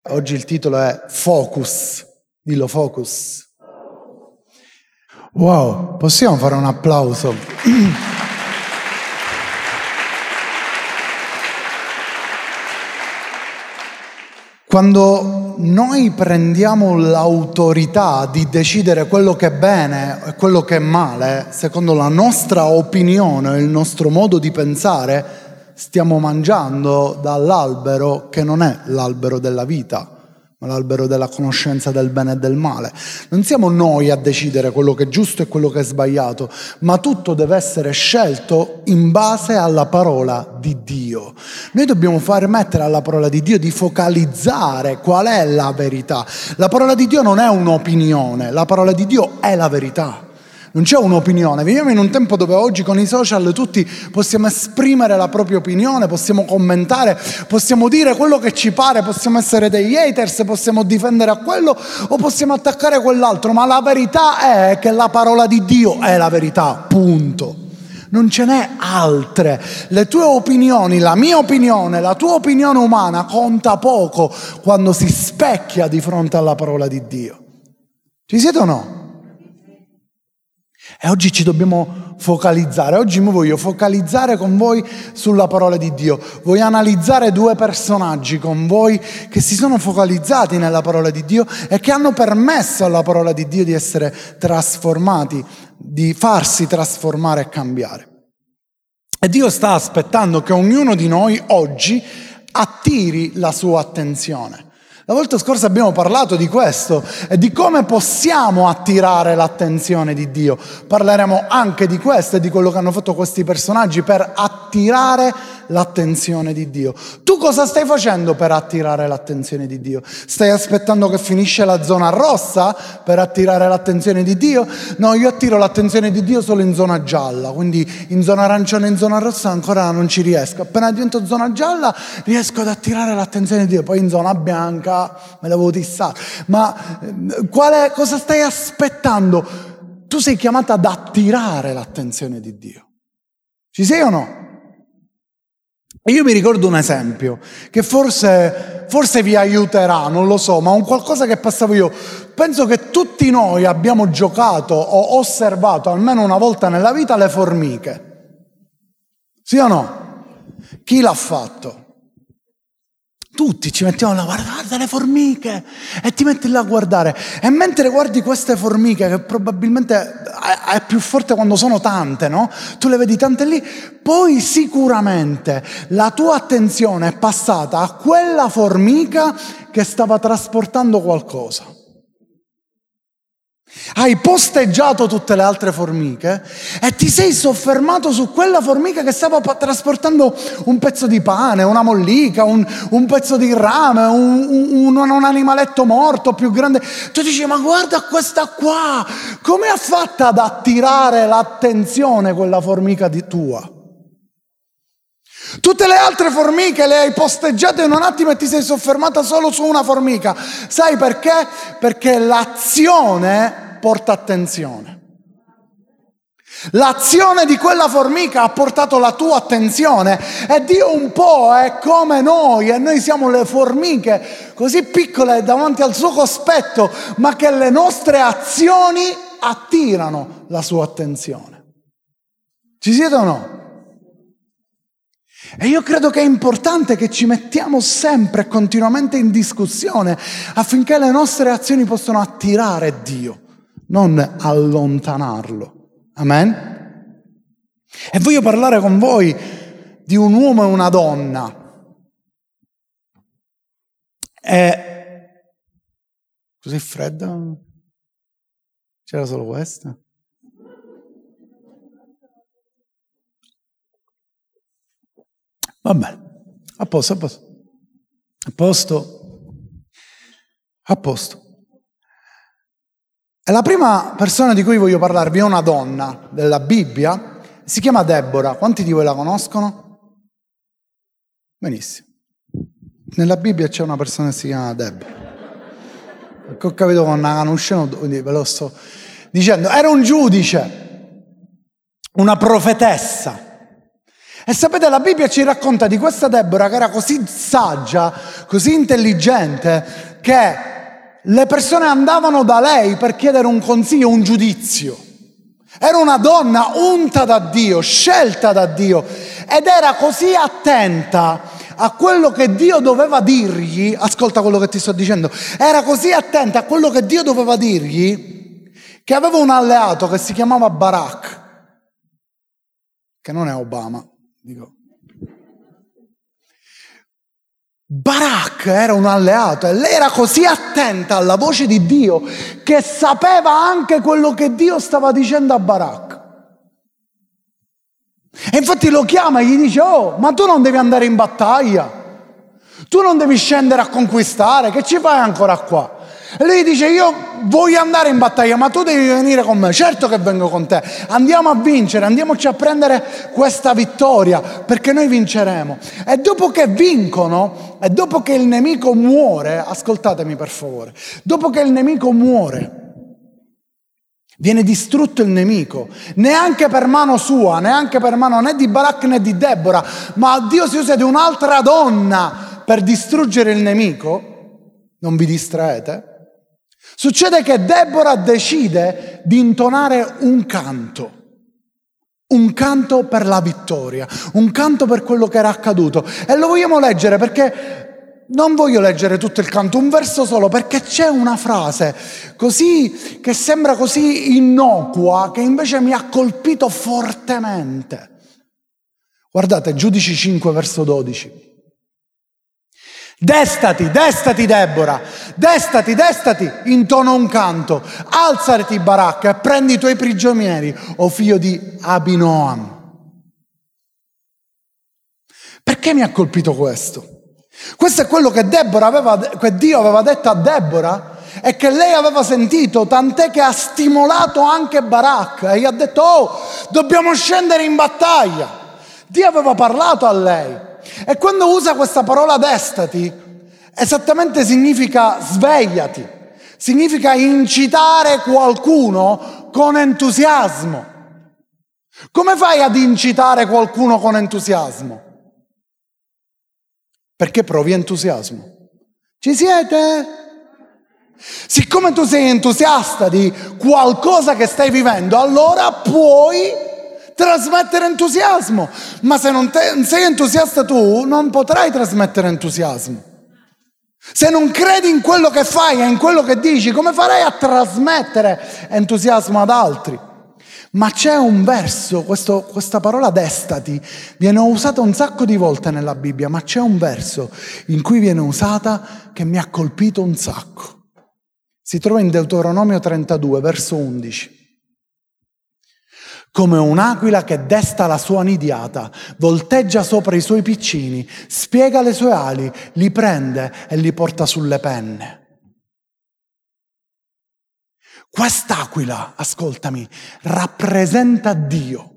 Oggi il titolo è Focus. Dillo, Focus. Wow, possiamo fare un applauso? Quando noi prendiamo l'autorità di decidere quello che è bene e quello che è male, secondo la nostra opinione, il nostro modo di pensare, stiamo mangiando dall'albero che non è l'albero della vita, ma l'albero della conoscenza del bene e del male. Non siamo noi a decidere quello che è giusto e quello che è sbagliato, ma tutto deve essere scelto in base alla parola di Dio. Noi dobbiamo far mettere alla parola di Dio di focalizzare qual è la verità. La parola di Dio non è un'opinione, la parola di Dio è la verità. Non c'è un'opinione. Viviamo in un tempo dove oggi con i social tutti possiamo esprimere la propria opinione, possiamo commentare, possiamo dire quello che ci pare, possiamo essere degli haters, possiamo difendere a quello o possiamo attaccare quell'altro, ma la verità è che la parola di Dio è la verità, punto. Non ce n'è altre. Le tue opinioni, la mia opinione, la tua opinione umana conta poco quando si specchia di fronte alla parola di Dio. Ci siete o no? E oggi ci dobbiamo focalizzare. Oggi mi voglio focalizzare con voi sulla parola di Dio. Voglio analizzare due personaggi con voi che si sono focalizzati nella parola di Dio e che hanno permesso alla parola di Dio di essere trasformati, di farsi trasformare e cambiare. E Dio sta aspettando che ognuno di noi oggi attiri la sua attenzione. La volta scorsa abbiamo parlato di questo e di come possiamo attirare l'attenzione di Dio. Parleremo anche di questo e di quello che hanno fatto questi personaggi per attirare l'attenzione di Dio. Tu cosa stai facendo per attirare l'attenzione di Dio? Stai aspettando che finisce la zona rossa per attirare l'attenzione di Dio? No, io attiro l'attenzione di Dio solo in zona gialla, quindi in zona arancione e in zona rossa ancora non ci riesco. Appena divento zona gialla riesco ad attirare l'attenzione di Dio, poi in zona bianca me l'avevo tissato. Ma cosa stai aspettando? Tu sei chiamata ad attirare l'attenzione di Dio. Ci sei o no? E io mi ricordo un esempio che forse vi aiuterà, non lo so, ma un qualcosa che passavo io. Penso che tutti noi abbiamo giocato o osservato almeno una volta nella vita le formiche. Sì o no? Chi l'ha fatto? Tutti ci mettiamo là, guarda le formiche, e ti metti là a guardare. E mentre guardi queste formiche, che probabilmente è più forte quando sono tante, no? Tu le vedi tante lì, poi sicuramente la tua attenzione è passata a quella formica che stava trasportando qualcosa. Hai posteggiato tutte le altre formiche e ti sei soffermato su quella formica che stava trasportando un pezzo di pane, una mollica, un pezzo di rame, un animaletto morto più grande. Tu dici, ma guarda questa qua, come ha fatto ad attirare l'attenzione quella formica tua? Tutte le altre formiche le hai posteggiate in un attimo e ti sei soffermata solo su una formica. Sai perché? Perché l'azione porta attenzione. L'azione di quella formica ha portato la tua attenzione e Dio un po' è come noi, e noi siamo le formiche così piccole davanti al suo cospetto, ma che le nostre azioni attirano la sua attenzione. Ci siete o no? E io credo che è importante che ci mettiamo sempre e continuamente in discussione affinché le nostre azioni possano attirare Dio, non allontanarlo. Amen? E voglio parlare con voi di un uomo e una donna. Così fredda? C'era solo questa? Va bene, a posto. E la prima persona di cui voglio parlarvi è una donna della Bibbia, si chiama Deborah. Quanti di voi la conoscono? Benissimo. Nella Bibbia c'è una persona che si chiama Deborah. Perché ho capito con una canuscena, quindi ve lo sto dicendo. Era un giudice, una profetessa. E sapete, la Bibbia ci racconta di questa Deborah che era così saggia, così intelligente, che le persone andavano da lei per chiedere un consiglio, un giudizio. Era una donna unta da Dio, scelta da Dio, ed era così attenta a quello che Dio doveva dirgli. Ascolta quello che ti sto dicendo. Era così attenta a quello che Dio doveva dirgli che aveva un alleato che si chiamava Barak, che non è Obama, dico. Barak era un alleato e lei era così attenta alla voce di Dio che sapeva anche quello che Dio stava dicendo a Barak. E infatti lo chiama e gli dice: oh, ma tu non devi andare in battaglia, tu non devi scendere a conquistare, che ci fai ancora qua? E lui dice: io voglio andare in battaglia, ma tu devi venire con me. Certo che vengo con te, andiamo a vincere, andiamoci a prendere questa vittoria, perché noi vinceremo. E dopo che vincono, e dopo che il nemico muore, ascoltatemi per favore, dopo che il nemico muore, viene distrutto il nemico, neanche per mano sua, neanche per mano né di Barak né di Deborah, ma Dio si usa di un'altra donna per distruggere il nemico. Non vi distraete? Succede che Deborah decide di intonare un canto per la vittoria, un canto per quello che era accaduto. E lo vogliamo leggere perché non voglio leggere tutto il canto, un verso solo, perché c'è una frase così che sembra così innocua che invece mi ha colpito fortemente. Guardate, Giudici 5 verso 12. Destati, destati Deborah, destati, destati, intona un canto, alzati Barak e prendi i tuoi prigionieri, o figlio di Abinoam. Perché mi ha colpito questo? Questo è quello che Dio aveva detto a Deborah e che lei aveva sentito, tant'è che ha stimolato anche Barak e gli ha detto: oh, dobbiamo scendere in battaglia. Dio aveva parlato a lei. E quando usa questa parola destati, esattamente significa svegliati, significa incitare qualcuno con entusiasmo. Come fai ad incitare qualcuno con entusiasmo? Perché provi entusiasmo. Ci siete? Siccome tu sei entusiasta di qualcosa che stai vivendo, allora puoi trasmettere entusiasmo, ma se non sei entusiasta tu, non potrai trasmettere entusiasmo. Se non credi in quello che fai e in quello che dici, come farai a trasmettere entusiasmo ad altri? Ma c'è un verso, questa parola destati viene usata un sacco di volte nella Bibbia, ma c'è un verso in cui viene usata che mi ha colpito un sacco. Si trova in Deuteronomio 32, verso 11. Come un'aquila che desta la sua nidiata, volteggia sopra i suoi piccini, spiega le sue ali, li prende e li porta sulle penne. Quest'aquila, ascoltami, rappresenta Dio.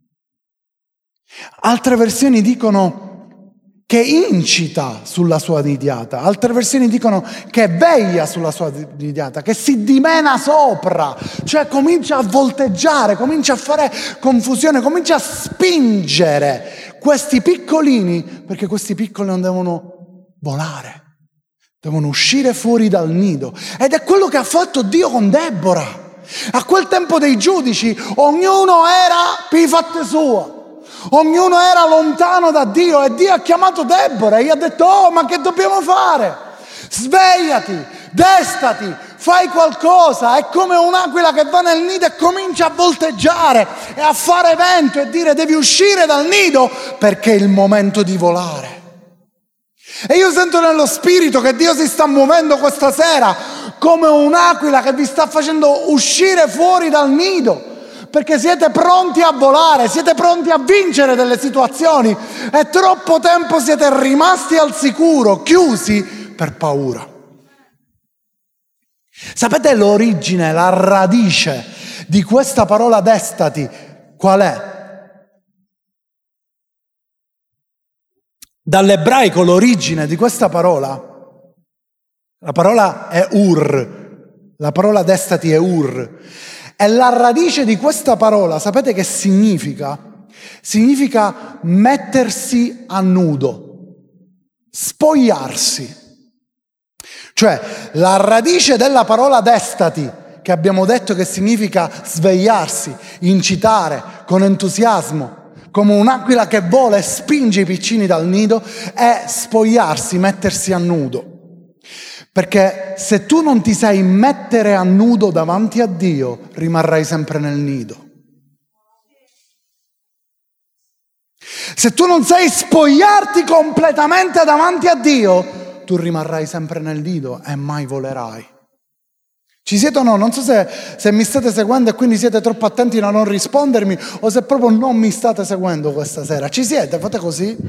Altre versioni dicono che incita sulla sua nidiata, altre versioni dicono che veglia sulla sua nidiata, che si dimena sopra, cioè comincia a volteggiare, comincia a fare confusione, comincia a spingere questi piccolini, perché questi piccoli non devono volare, devono uscire fuori dal nido. Ed è quello che ha fatto Dio con Deborah. A quel tempo dei giudici, ognuno era per i fatti sua. Ognuno era lontano da Dio e Dio ha chiamato Deborah e gli ha detto: oh, ma che dobbiamo fare? Svegliati, destati, fai qualcosa. È come un'aquila che va nel nido e comincia a volteggiare e a fare vento e dire: devi uscire dal nido perché è il momento di volare. E io sento nello spirito che Dio si sta muovendo questa sera come un'aquila che vi sta facendo uscire fuori dal nido, perché siete pronti a volare, siete pronti a vincere delle situazioni e troppo tempo siete rimasti al sicuro, chiusi per paura. Sapete l'origine, la radice di questa parola destati qual è? Dall'ebraico l'origine di questa parola, la parola è ur, la parola destati è ur. E la radice di questa parola, sapete che significa? significa mettersi a nudo, spogliarsi. Cioè, la radice della parola destati, che abbiamo detto che significa svegliarsi, incitare con entusiasmo, come un'aquila che vola e spinge i piccini dal nido, è spogliarsi, mettersi a nudo. Perché se tu non ti sai mettere a nudo davanti a Dio, rimarrai sempre nel nido. Se tu non sai spogliarti completamente davanti a Dio, tu rimarrai sempre nel nido e mai volerai. Ci siete o no? Non so se mi state seguendo e quindi siete troppo attenti a non rispondermi o se proprio non mi state seguendo questa sera. Ci siete? Fate così?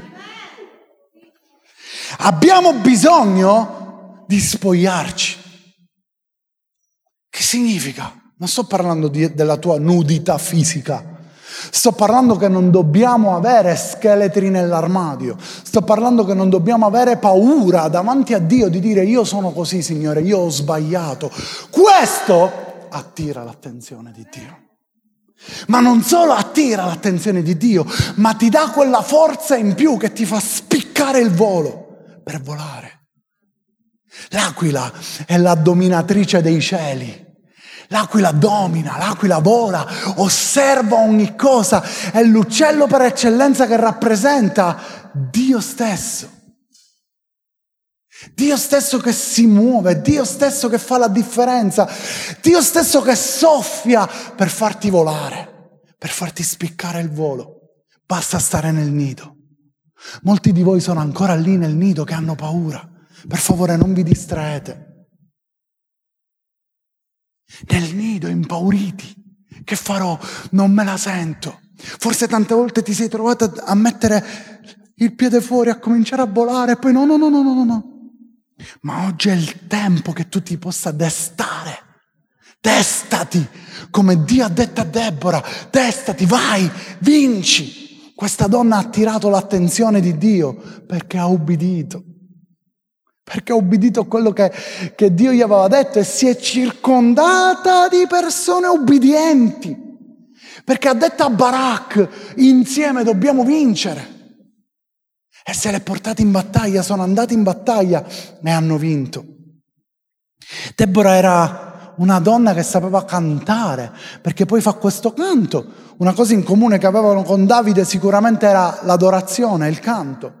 Abbiamo bisogno di spogliarci. Che significa? Non sto parlando della tua nudità fisica. Sto parlando che non dobbiamo avere scheletri nell'armadio. Sto parlando che non dobbiamo avere paura davanti a Dio di dire io sono così, Signore, io ho sbagliato. Questo attira l'attenzione di Dio. Ma non solo attira l'attenzione di Dio, ma ti dà quella forza in più che ti fa spiccare il volo per volare. L'aquila è la dominatrice dei cieli. L'aquila domina, l'aquila vola, osserva ogni cosa, è l'uccello per eccellenza che rappresenta Dio stesso. Dio stesso che si muove, Dio stesso che fa la differenza, Dio stesso che soffia per farti volare, per farti spiccare il volo. Basta stare nel nido. Molti di voi sono ancora lì nel nido che hanno paura. Per favore non vi distraete. Nel nido, impauriti. Che farò? Non me la sento. Forse tante volte ti sei trovato a mettere il piede fuori, a cominciare a volare e poi no. Ma oggi è il tempo che tu ti possa destare. Destati, come Dio ha detto a Deborah. Destati, vai, vinci. Questa donna ha attirato l'attenzione di Dio perché ha ubbidito. Perché ha ubbidito a quello che Dio gli aveva detto e si è circondata di persone ubbidienti. Perché ha detto a Barak, insieme dobbiamo vincere. E se l'è portata in battaglia, sono andati in battaglia e hanno vinto. Deborah era una donna che sapeva cantare, perché poi fa questo canto. Una cosa in comune che avevano con Davide sicuramente era l'adorazione, il canto.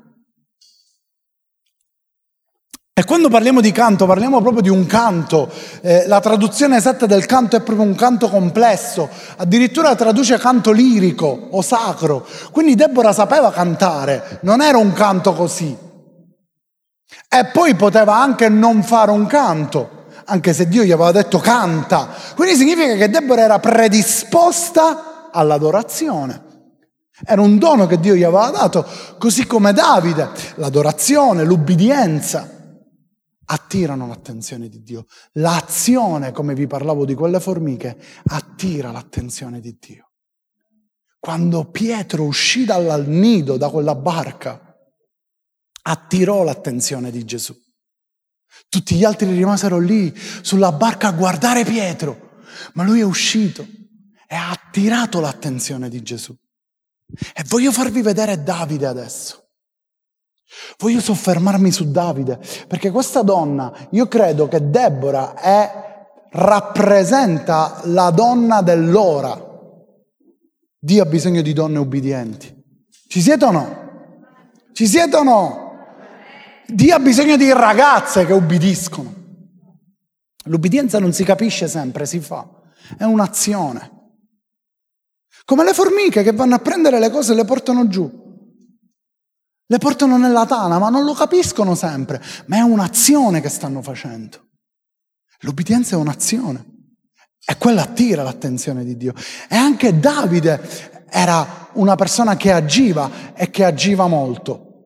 E quando parliamo di canto, parliamo proprio di un canto. La traduzione esatta del canto è proprio un canto complesso. Addirittura traduce canto lirico o sacro. Quindi Deborah sapeva cantare, non era un canto così. E poi poteva anche non fare un canto, anche se Dio gli aveva detto canta. Quindi significa che Deborah era predisposta all'adorazione. Era un dono che Dio gli aveva dato, così come Davide. L'adorazione, l'ubbidienza attirano l'attenzione di Dio. L'azione, come vi parlavo di quelle formiche, attira l'attenzione di Dio. Quando Pietro uscì dal nido, da quella barca, attirò l'attenzione di Gesù. Tutti gli altri rimasero lì sulla barca a guardare Pietro, ma lui è uscito e ha attirato l'attenzione di Gesù. E voglio farvi vedere Davide adesso. Voglio soffermarmi su Davide, perché questa donna, io credo che Deborah rappresenta la donna dell'ora. Dio ha bisogno di donne ubbidienti. Ci siete o no? Ci siete o no? Dio ha bisogno di ragazze che ubbidiscono. L'ubbidienza non si capisce sempre, si fa. È un'azione. Come le formiche che vanno a prendere le cose e le portano giù. Le portano nella tana, ma non lo capiscono sempre. Ma è un'azione che stanno facendo. L'ubbidienza è un'azione. E quella attira l'attenzione di Dio. E anche Davide era una persona che agiva e che agiva molto.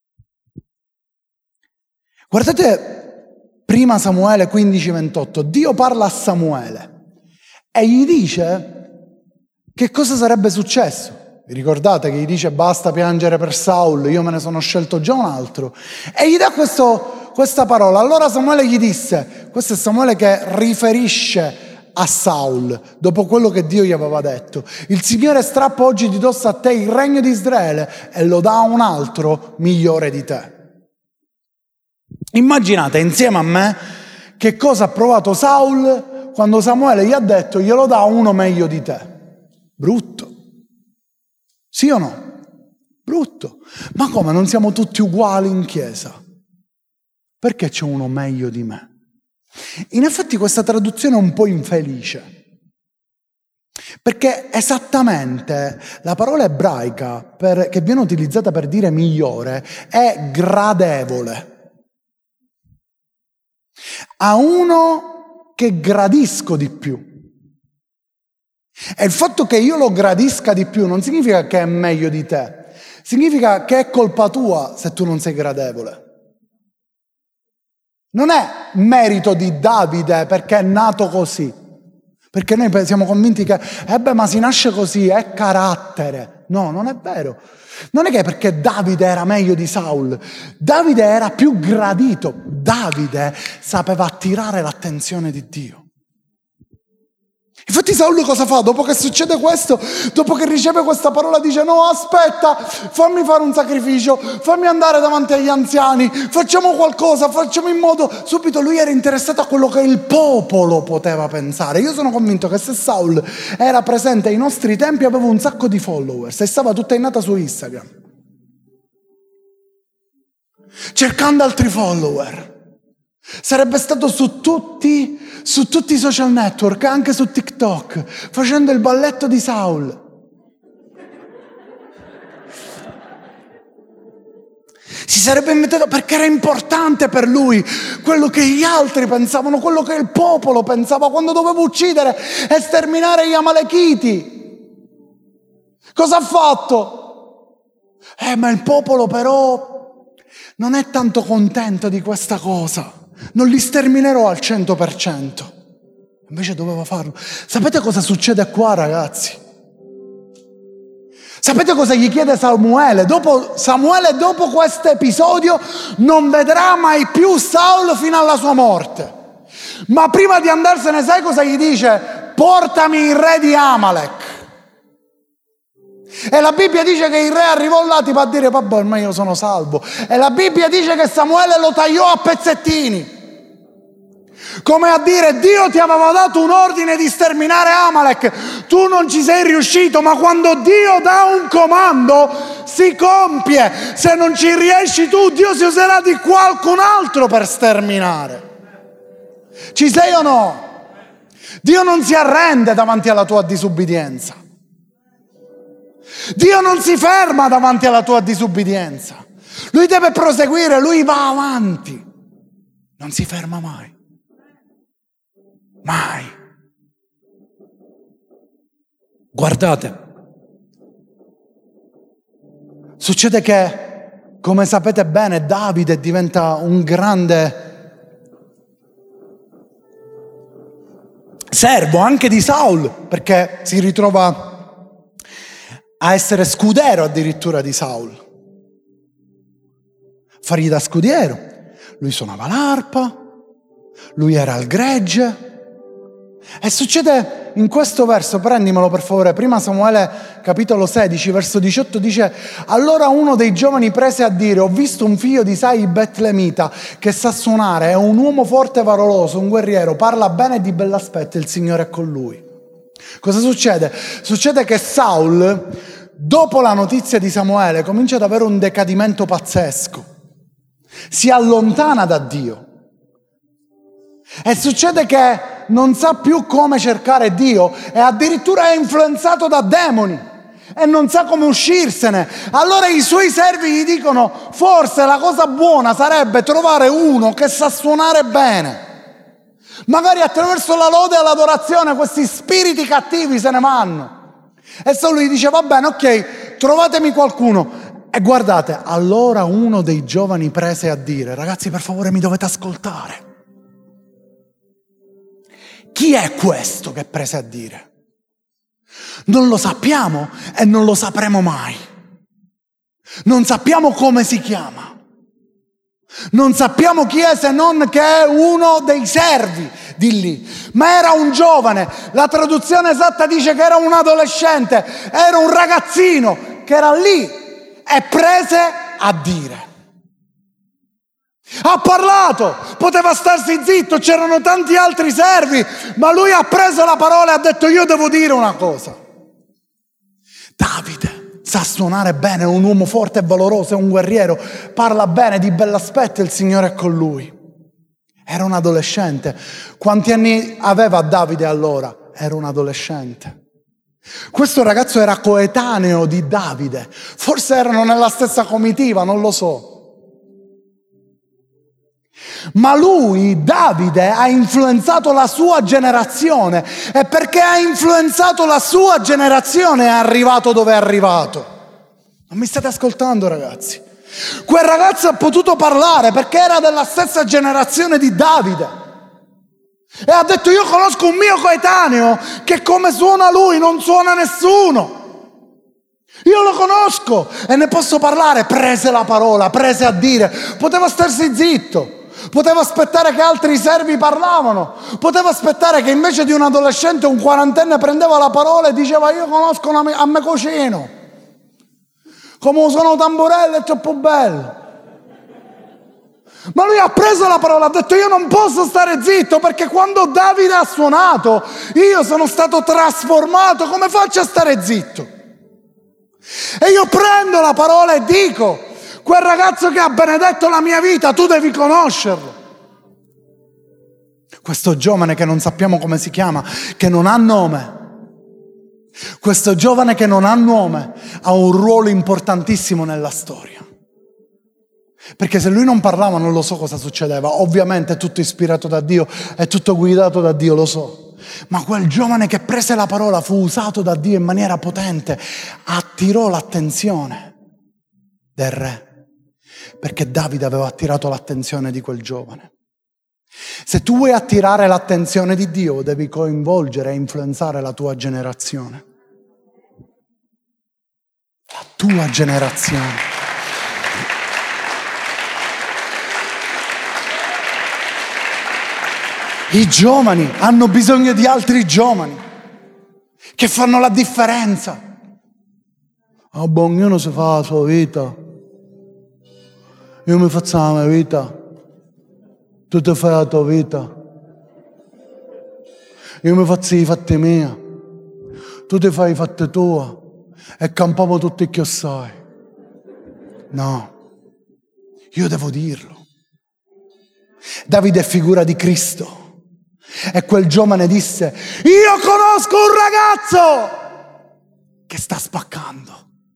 Guardate 1 Samuele 15:28. Dio parla a Samuele e gli dice che cosa sarebbe successo. Vi ricordate che gli dice basta piangere per Saul, io me ne sono scelto già un altro. E gli dà questa parola. Allora Samuele gli disse, questo è Samuele che riferisce a Saul, dopo quello che Dio gli aveva detto: il Signore strappa oggi di dosso a te il regno di Israele e lo dà a un altro migliore di te. Immaginate insieme a me che cosa ha provato Saul quando Samuele gli ha detto: glielo dà uno meglio di te. Brutto. Sì o no? Brutto. Ma come, non siamo tutti uguali in chiesa? Perché c'è uno meglio di me? In effetti questa traduzione è un po' infelice, perché esattamente la parola ebraica che viene utilizzata per dire migliore è gradevole. A uno che gradisco di più. E il fatto che io lo gradisca di più non significa che è meglio di te, significa che è colpa tua se tu non sei gradevole. Non è merito di Davide perché è nato così, perché noi siamo convinti che ma si nasce così, è carattere. No, non è vero. Non è che perché Davide era meglio di Saul, Davide era più gradito, Davide sapeva attirare l'attenzione di Dio. Infatti Saul cosa fa? Dopo che succede questo, dopo che riceve questa parola, dice: no, aspetta, fammi fare un sacrificio, fammi andare davanti agli anziani, facciamo qualcosa, facciamo in modo. Subito lui era interessato a quello che il popolo poteva pensare. Io sono convinto che se Saul era presente ai nostri tempi aveva un sacco di followers e stava tutta innata su Instagram cercando altri follower. Sarebbe stato su tutti i social network, anche su TikTok, facendo il balletto di Saul. Si sarebbe inventato, perché era importante per lui quello che gli altri pensavano, quello che il popolo pensava quando doveva uccidere e sterminare gli Amalechiti. Cosa ha fatto? Ma il popolo però non è tanto contento di questa cosa. Non li sterminerò al 100%. Invece doveva farlo. Sapete cosa succede qua, ragazzi? Sapete cosa gli chiede Samuele? Samuele dopo questo episodio non vedrà mai più Saul fino alla sua morte. Ma prima di andarsene, sai cosa gli dice? Portami il re di Amalek. E la Bibbia dice che il re arrivò là tipo a dire: vabbè, ormai io sono salvo. E la Bibbia dice che Samuele lo tagliò a pezzettini, come a dire: Dio ti aveva dato un ordine di sterminare Amalek, tu non ci sei riuscito, ma quando Dio dà un comando si compie. Se non ci riesci tu, Dio si userà di qualcun altro per sterminare. Ci sei o no? Dio non si arrende davanti alla tua disubbidienza. Dio non si ferma davanti alla tua disubbidienza. Lui deve proseguire, lui va avanti. Non si ferma mai. Mai. Guardate. Succede che, come sapete bene, Davide diventa un grande servo anche di Saul, perché si ritrova a essere scudero addirittura di Saul. Fargli da scudiero. Lui suonava l'arpa, lui era al gregge. E succede in questo verso, prendimelo per favore, prima Samuele capitolo 16 verso 18 dice: allora uno dei giovani prese a dire: ho visto un figlio di Isai Betlemita che sa suonare, è un uomo forte e valoroso, un guerriero, parla bene e di bell'aspetto, il Signore è con lui. Cosa succede? Succede che Saul, dopo la notizia di Samuele, comincia ad avere un decadimento pazzesco. Si allontana da Dio. E succede che non sa più come cercare Dio e addirittura è influenzato da demoni e non sa come uscirsene. Allora i suoi servi gli dicono: forse la cosa buona sarebbe trovare uno che sa suonare bene. Magari attraverso la lode e l'adorazione questi spiriti cattivi se ne vanno. E Saul gli dice: va bene, ok, trovatemi qualcuno. E guardate, allora uno dei giovani prese a dire: ragazzi, per favore, mi dovete ascoltare. Chi è questo che prese a dire? Non lo sappiamo e non lo sapremo mai. Non sappiamo come si chiama. Non sappiamo chi è, se non che è uno dei servi di lì. Ma era un giovane, la traduzione esatta dice che era un adolescente, era un ragazzino che era lì e prese a dire. Ha parlato, poteva starsi zitto, c'erano tanti altri servi, ma lui ha preso la parola e ha detto: io devo dire una cosa. Davide sa suonare bene, è un uomo forte e valoroso, è un guerriero, parla bene, di bell'aspetto, il Signore è con lui. Era un adolescente. Quanti anni aveva Davide allora? Era un adolescente. Questo ragazzo era coetaneo di Davide, forse erano nella stessa comitiva, non lo so. Ma lui, Davide, ha influenzato la sua generazione, e perché ha influenzato la sua generazione è arrivato dove è arrivato. Non mi state ascoltando, ragazzi? Quel ragazzo ha potuto parlare perché era della stessa generazione di Davide e ha detto: io conosco un mio coetaneo che come suona lui non suona nessuno. Io lo conosco e ne posso parlare. Prese la parola, prese a dire. Poteva starsi zitto, poteva aspettare che altri servi parlavano, poteva aspettare che invece di un adolescente un quarantenne prendeva la parola e diceva: io conosco a me cucino, come suono tamburello è troppo bello. Ma lui ha preso la parola, ha detto: io non posso stare zitto, perché quando Davide ha suonato io sono stato trasformato, come faccio a stare zitto? E io prendo la parola e dico: quel ragazzo che ha benedetto la mia vita, tu devi conoscerlo. Questo giovane che non sappiamo come si chiama, che non ha nome, questo giovane che non ha nome ha un ruolo importantissimo nella storia. Perché se lui non parlava non lo so cosa succedeva. Ovviamente è tutto ispirato da Dio, è tutto guidato da Dio, lo so. Ma quel giovane che prese la parola fu usato da Dio in maniera potente, attirò l'attenzione del re, perché Davide aveva attirato l'attenzione di quel giovane. Se tu vuoi attirare l'attenzione di Dio, devi coinvolgere e influenzare la tua generazione. La tua generazione. I giovani hanno bisogno di altri giovani che fanno la differenza. Ognuno si fa la sua vita. Io mi faccio la mia vita. Tu ti fai la tua vita. Io mi faccio i fatti miei. Tu ti fai i fatti tuoi. E campiamo tutti che sai. No. Io devo dirlo. Davide è figura di Cristo. E quel giovane disse: io conosco un ragazzo che sta spaccando.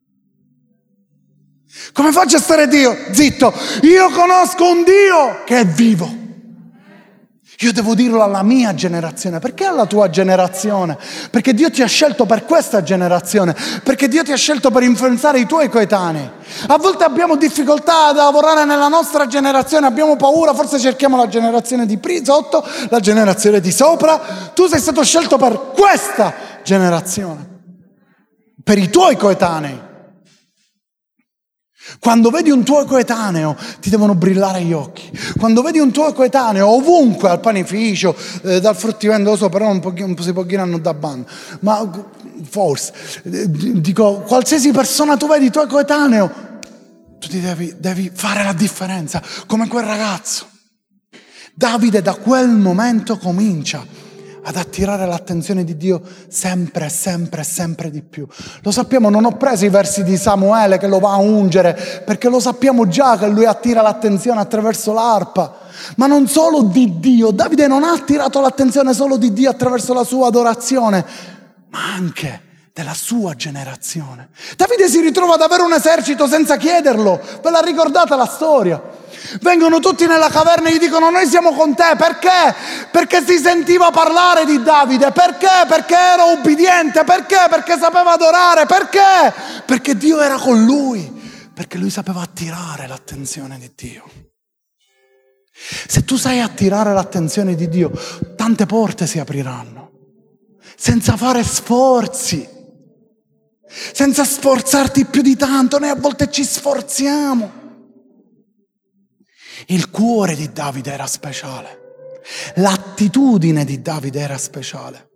Come faccio a stare zitto? Io conosco un Dio che è vivo. Io devo dirlo alla mia generazione. Perché alla tua generazione? Perché Dio ti ha scelto per questa generazione, perché Dio ti ha scelto per influenzare i tuoi coetanei. A volte abbiamo difficoltà a lavorare nella nostra generazione, abbiamo paura, forse cerchiamo la generazione di sotto, la generazione di sopra. Tu sei stato scelto per questa generazione, per i tuoi coetanei. Quando vedi un tuo coetaneo ti devono brillare gli occhi. Quando vedi un tuo coetaneo ovunque, al panificio, dal fruttivendolo, lo so, però un si può dire da banda, ma forse dico, qualsiasi persona tu vedi tuo coetaneo, tu ti devi fare la differenza, come quel ragazzo. Davide da quel momento comincia ad attirare l'attenzione di Dio sempre, sempre, sempre di più. Lo sappiamo, non ho preso i versi di Samuele che lo va a ungere, perché lo sappiamo già che lui attira l'attenzione attraverso l'arpa. Ma non solo di Dio, Davide non ha attirato l'attenzione solo di Dio attraverso la sua adorazione, ma anche della sua generazione. Davide si ritrova ad avere un esercito senza chiederlo. Ve la ricordate la storia? Vengono tutti nella caverna e gli dicono: noi siamo con te. Perché? Perché si sentiva parlare di Davide. Perché? Perché era ubbidiente. Perché? Perché sapeva adorare. Perché? Perché Dio era con lui. Perché lui sapeva attirare l'attenzione di Dio. Se tu sai attirare l'attenzione di Dio, tante porte si apriranno senza fare sforzi, senza sforzarti più di tanto. Noi a volte ci sforziamo. Il cuore di Davide era speciale. L'attitudine di Davide era speciale.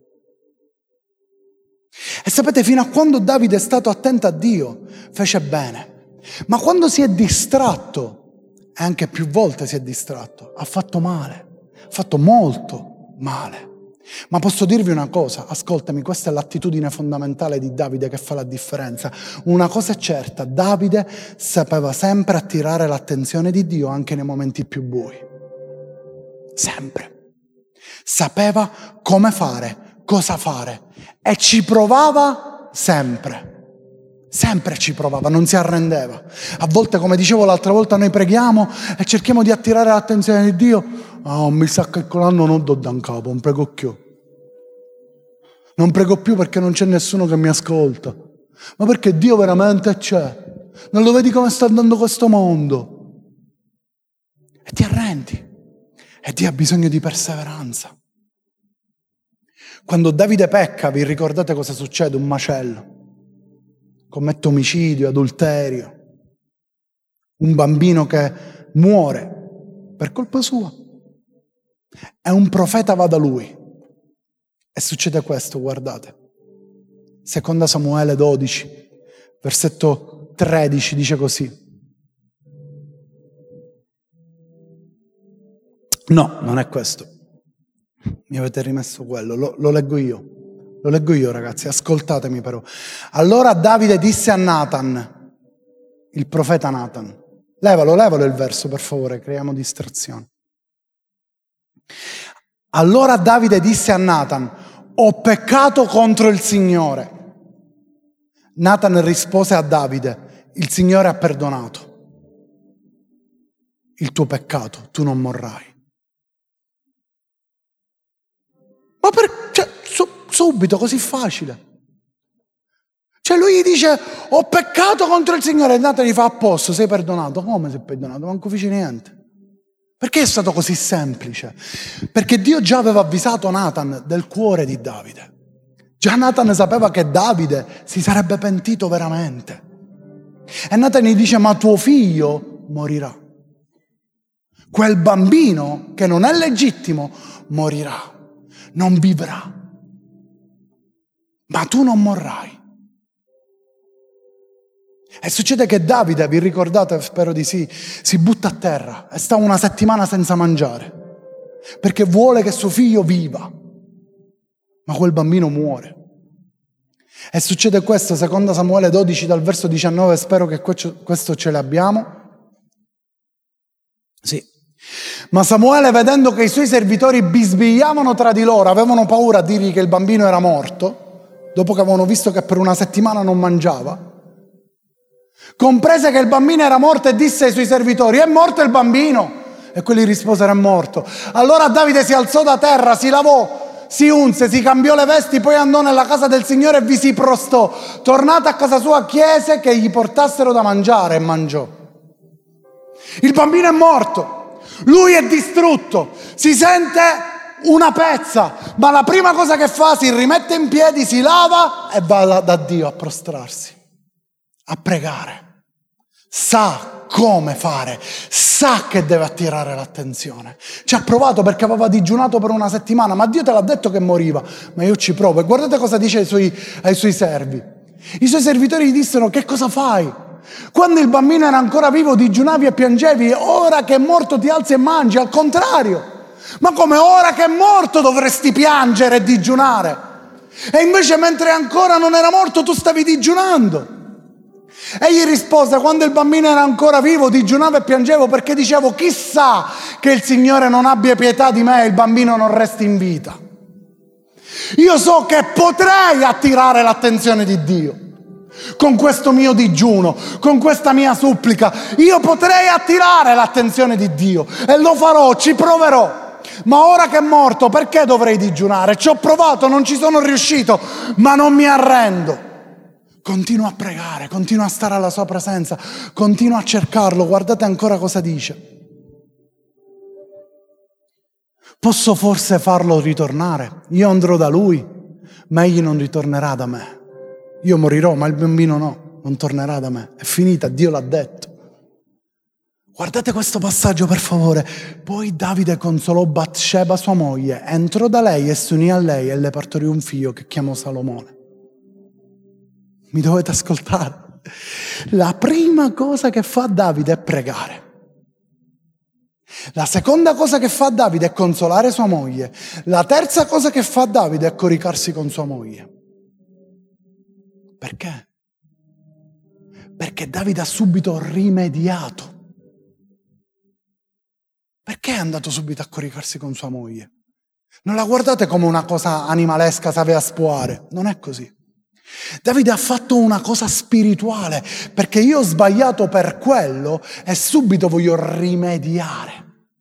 E sapete, fino a quando Davide è stato attento a Dio, fece bene. Ma quando si è distratto, e anche più volte si è distratto, ha fatto male, ha fatto molto male. Ma posso dirvi una cosa, ascoltami, questa è l'attitudine fondamentale di Davide che fa la differenza. Una cosa è certa, Davide sapeva sempre attirare l'attenzione di Dio anche nei momenti più bui. Sempre. Sapeva come fare, cosa fare e ci provava sempre. Sempre ci provava, non si arrendeva. A volte, come dicevo l'altra volta, noi preghiamo e cerchiamo di attirare l'attenzione di Dio. Mi sa che quell'anno non do da un capo, non prego più. Non prego più perché non c'è nessuno che mi ascolta. Ma perché Dio veramente c'è? Non lo vedi come sta andando questo mondo? E ti arrendi. E Dio ha bisogno di perseveranza. Quando Davide pecca, vi ricordate cosa succede? Un macello. Commette omicidio, adulterio. Un bambino che muore per colpa sua. E un profeta va da lui. E succede questo, guardate. Seconda Samuele 12, versetto 13, dice così. No, non è questo. Mi avete rimesso quello, lo leggo io. Lo leggo io, ragazzi, ascoltatemi però. Allora Davide disse a Natan, il profeta Natan, levalo il verso per favore, creiamo distrazione. Allora Davide disse a Natan, ho peccato contro il Signore. Natan rispose a Davide, il Signore ha perdonato il tuo peccato, tu non morrai. Ma subito, così facile. Cioè lui gli dice, ho peccato contro il Signore, e Natan gli fa, a posto, sei perdonato. Come sei perdonato? Manco feci niente. Perché è stato così semplice? Perché Dio già aveva avvisato Natan del cuore di Davide. Già Natan sapeva che Davide si sarebbe pentito veramente. E Natan gli dice, ma tuo figlio morirà. Quel bambino che non è legittimo morirà, non vivrà. Ma tu non morrai. E succede che Davide, vi ricordate, spero di sì, si butta a terra e sta una settimana senza mangiare, perché vuole che suo figlio viva, ma quel bambino muore. E succede questo, seconda Samuele 12 dal verso 19, spero che questo ce l'abbiamo. Sì. Ma Samuele, vedendo che i suoi servitori bisbigliavano tra di loro, avevano paura a dirgli che il bambino era morto, dopo che avevano visto che per una settimana non mangiava, comprese che il bambino era morto e disse ai suoi servitori, è morto il bambino? E quelli risposero, è morto. Allora Davide si alzò da terra, si lavò, si unse, si cambiò le vesti, poi andò nella casa del Signore e vi si prostò. Tornato a casa sua chiese che gli portassero da mangiare e mangiò. Il bambino è morto, lui è distrutto, si sente una pezza, ma la prima cosa che fa, si rimette in piedi, si lava e va da Dio a prostrarsi, a pregare. Sa come fare, sa che deve attirare l'attenzione. Ci ha provato perché aveva digiunato per una settimana, ma Dio te l'ha detto che moriva, ma io ci provo. E guardate cosa dice ai suoi servi. I suoi servitori gli dissero, che cosa fai? Quando il bambino era ancora vivo digiunavi e piangevi, ora che è morto ti alzi e mangi. Al contrario, ma come ora che è morto dovresti piangere e digiunare? E invece mentre ancora non era morto tu stavi digiunando. Egli rispose, quando il bambino era ancora vivo digiunavo e piangevo perché dicevo, chissà che il Signore non abbia pietà di me e il bambino non resti in vita. Io so che potrei attirare l'attenzione di Dio con questo mio digiuno, con questa mia supplica. Io potrei attirare l'attenzione di Dio e lo farò, ci proverò. Ma ora che è morto, perché dovrei digiunare? Ci ho provato, non ci sono riuscito, ma non mi arrendo. Continua a pregare, continua a stare alla sua presenza, continua a cercarlo. Guardate ancora cosa dice. Posso forse farlo ritornare? Io andrò da lui, ma egli non ritornerà da me. Io morirò, ma il bambino no, non tornerà da me. È finita, Dio l'ha detto. Guardate questo passaggio per favore. Poi Davide consolò Batsheba sua moglie, entrò da lei e si unì a lei e le partorì un figlio che chiamò Salomone. Mi dovete ascoltare. La prima cosa che fa Davide è pregare. La seconda cosa che fa Davide è consolare sua moglie. La terza cosa che fa Davide è coricarsi con sua moglie. Perché? Perché Davide ha subito rimediato. Perché è andato subito a coricarsi con sua moglie? Non la guardate come una cosa animalesca, se aveva spuare. Non è così. Davide ha fatto una cosa spirituale, perché io ho sbagliato per quello e subito voglio rimediare.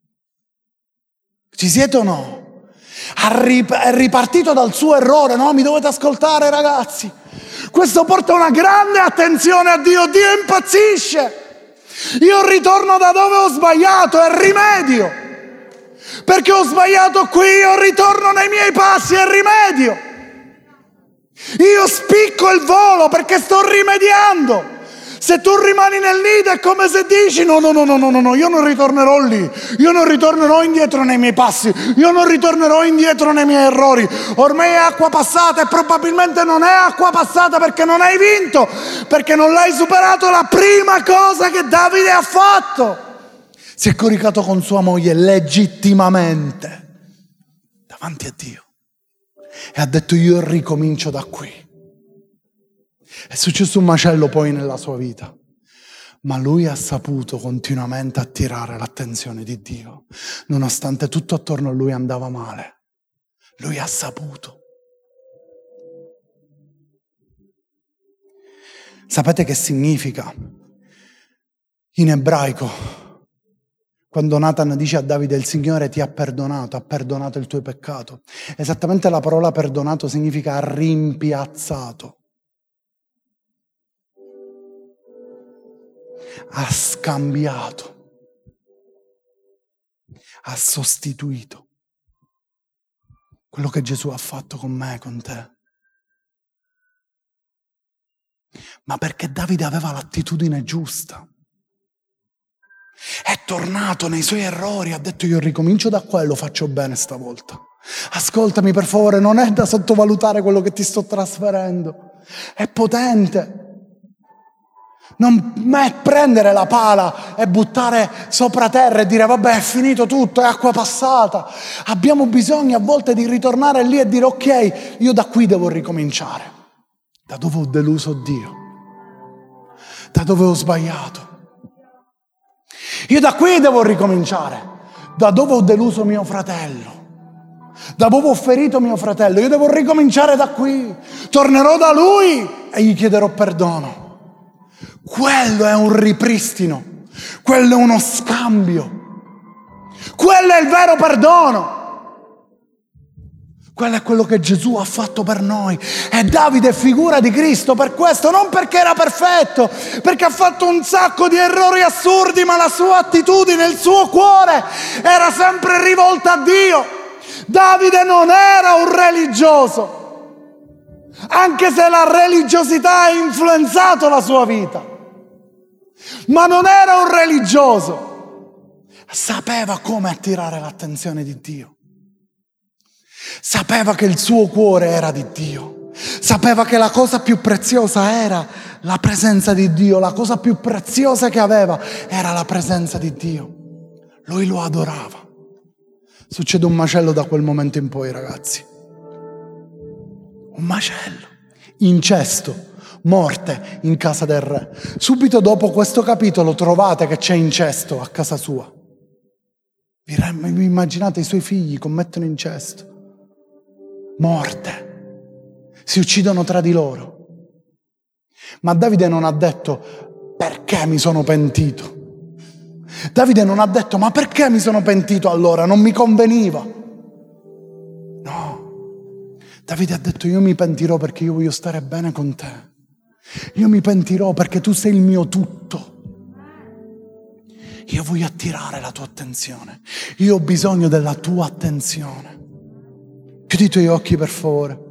Ci siete o no? È ripartito dal suo errore, no? Mi dovete ascoltare, ragazzi. Questo porta una grande attenzione a Dio. Dio impazzisce. Io ritorno da dove ho sbagliato e rimedio. Perché ho sbagliato qui, io ritorno nei miei passi e rimedio. Io spicco il volo perché sto rimediando. Se tu rimani nel nido è come se dici no, io non ritornerò lì, io non ritornerò indietro nei miei passi, io non ritornerò indietro nei miei errori. Ormai è acqua passata e probabilmente non è acqua passata perché non hai vinto, perché non l'hai superato la prima cosa che Davide ha fatto. Si è coricato con sua moglie legittimamente davanti a Dio e ha detto io ricomincio da qui. È successo un macello poi nella sua vita, ma lui ha saputo continuamente attirare l'attenzione di Dio, nonostante tutto attorno a lui andava male. Lui ha saputo. Sapete che significa in ebraico quando Nathan dice a Davide il Signore ti ha perdonato il tuo peccato? Esattamente la parola perdonato significa rimpiazzato. Ha scambiato, ha sostituito quello che Gesù ha fatto con me e con te. Ma perché Davide aveva l'attitudine giusta. È tornato nei suoi errori, ha detto io ricomincio da qua e lo faccio bene stavolta. Ascoltami per favore, non è da sottovalutare quello che ti sto trasferendo. È potente. Non è prendere la pala e buttare sopra terra e dire vabbè è finito tutto, è acqua passata. Abbiamo bisogno a volte di ritornare lì e dire ok, io da qui devo ricominciare. Da dove ho deluso Dio? Da dove ho sbagliato? Io da qui devo ricominciare. Da dove ho deluso mio fratello? Da dove ho ferito mio fratello? Io devo ricominciare da qui. Tornerò da lui e gli chiederò perdono. Quello è un ripristino, quello è uno scambio, quello è il vero perdono, quello è quello che Gesù ha fatto per noi. E Davide è figura di Cristo per questo, non perché era perfetto, perché ha fatto un sacco di errori assurdi, ma la sua attitudine, il suo cuore era sempre rivolta a Dio. Davide non era un religioso, anche se la religiosità ha influenzato la sua vita. Ma non era un religioso, sapeva come attirare l'attenzione di Dio, sapeva che il suo cuore era di Dio, sapeva che la cosa più preziosa era la presenza di Dio, la cosa più preziosa che aveva era la presenza di Dio. Lui lo adorava. Succede un macello da quel momento in poi, ragazzi. Un macello, incesto. Morte in casa del re. Subito dopo questo capitolo trovate che c'è incesto a casa sua. Vi immaginate i suoi figli commettono incesto? Morte. Si uccidono tra di loro. Ma Davide non ha detto perché mi sono pentito. Davide non ha detto ma perché mi sono pentito allora? Non mi conveniva. No. Davide ha detto io mi pentirò perché io voglio stare bene con te. Io mi pentirò perché tu sei il mio tutto. Io voglio attirare la tua attenzione. Io ho bisogno della tua attenzione. Chiudi i tuoi occhi per favore.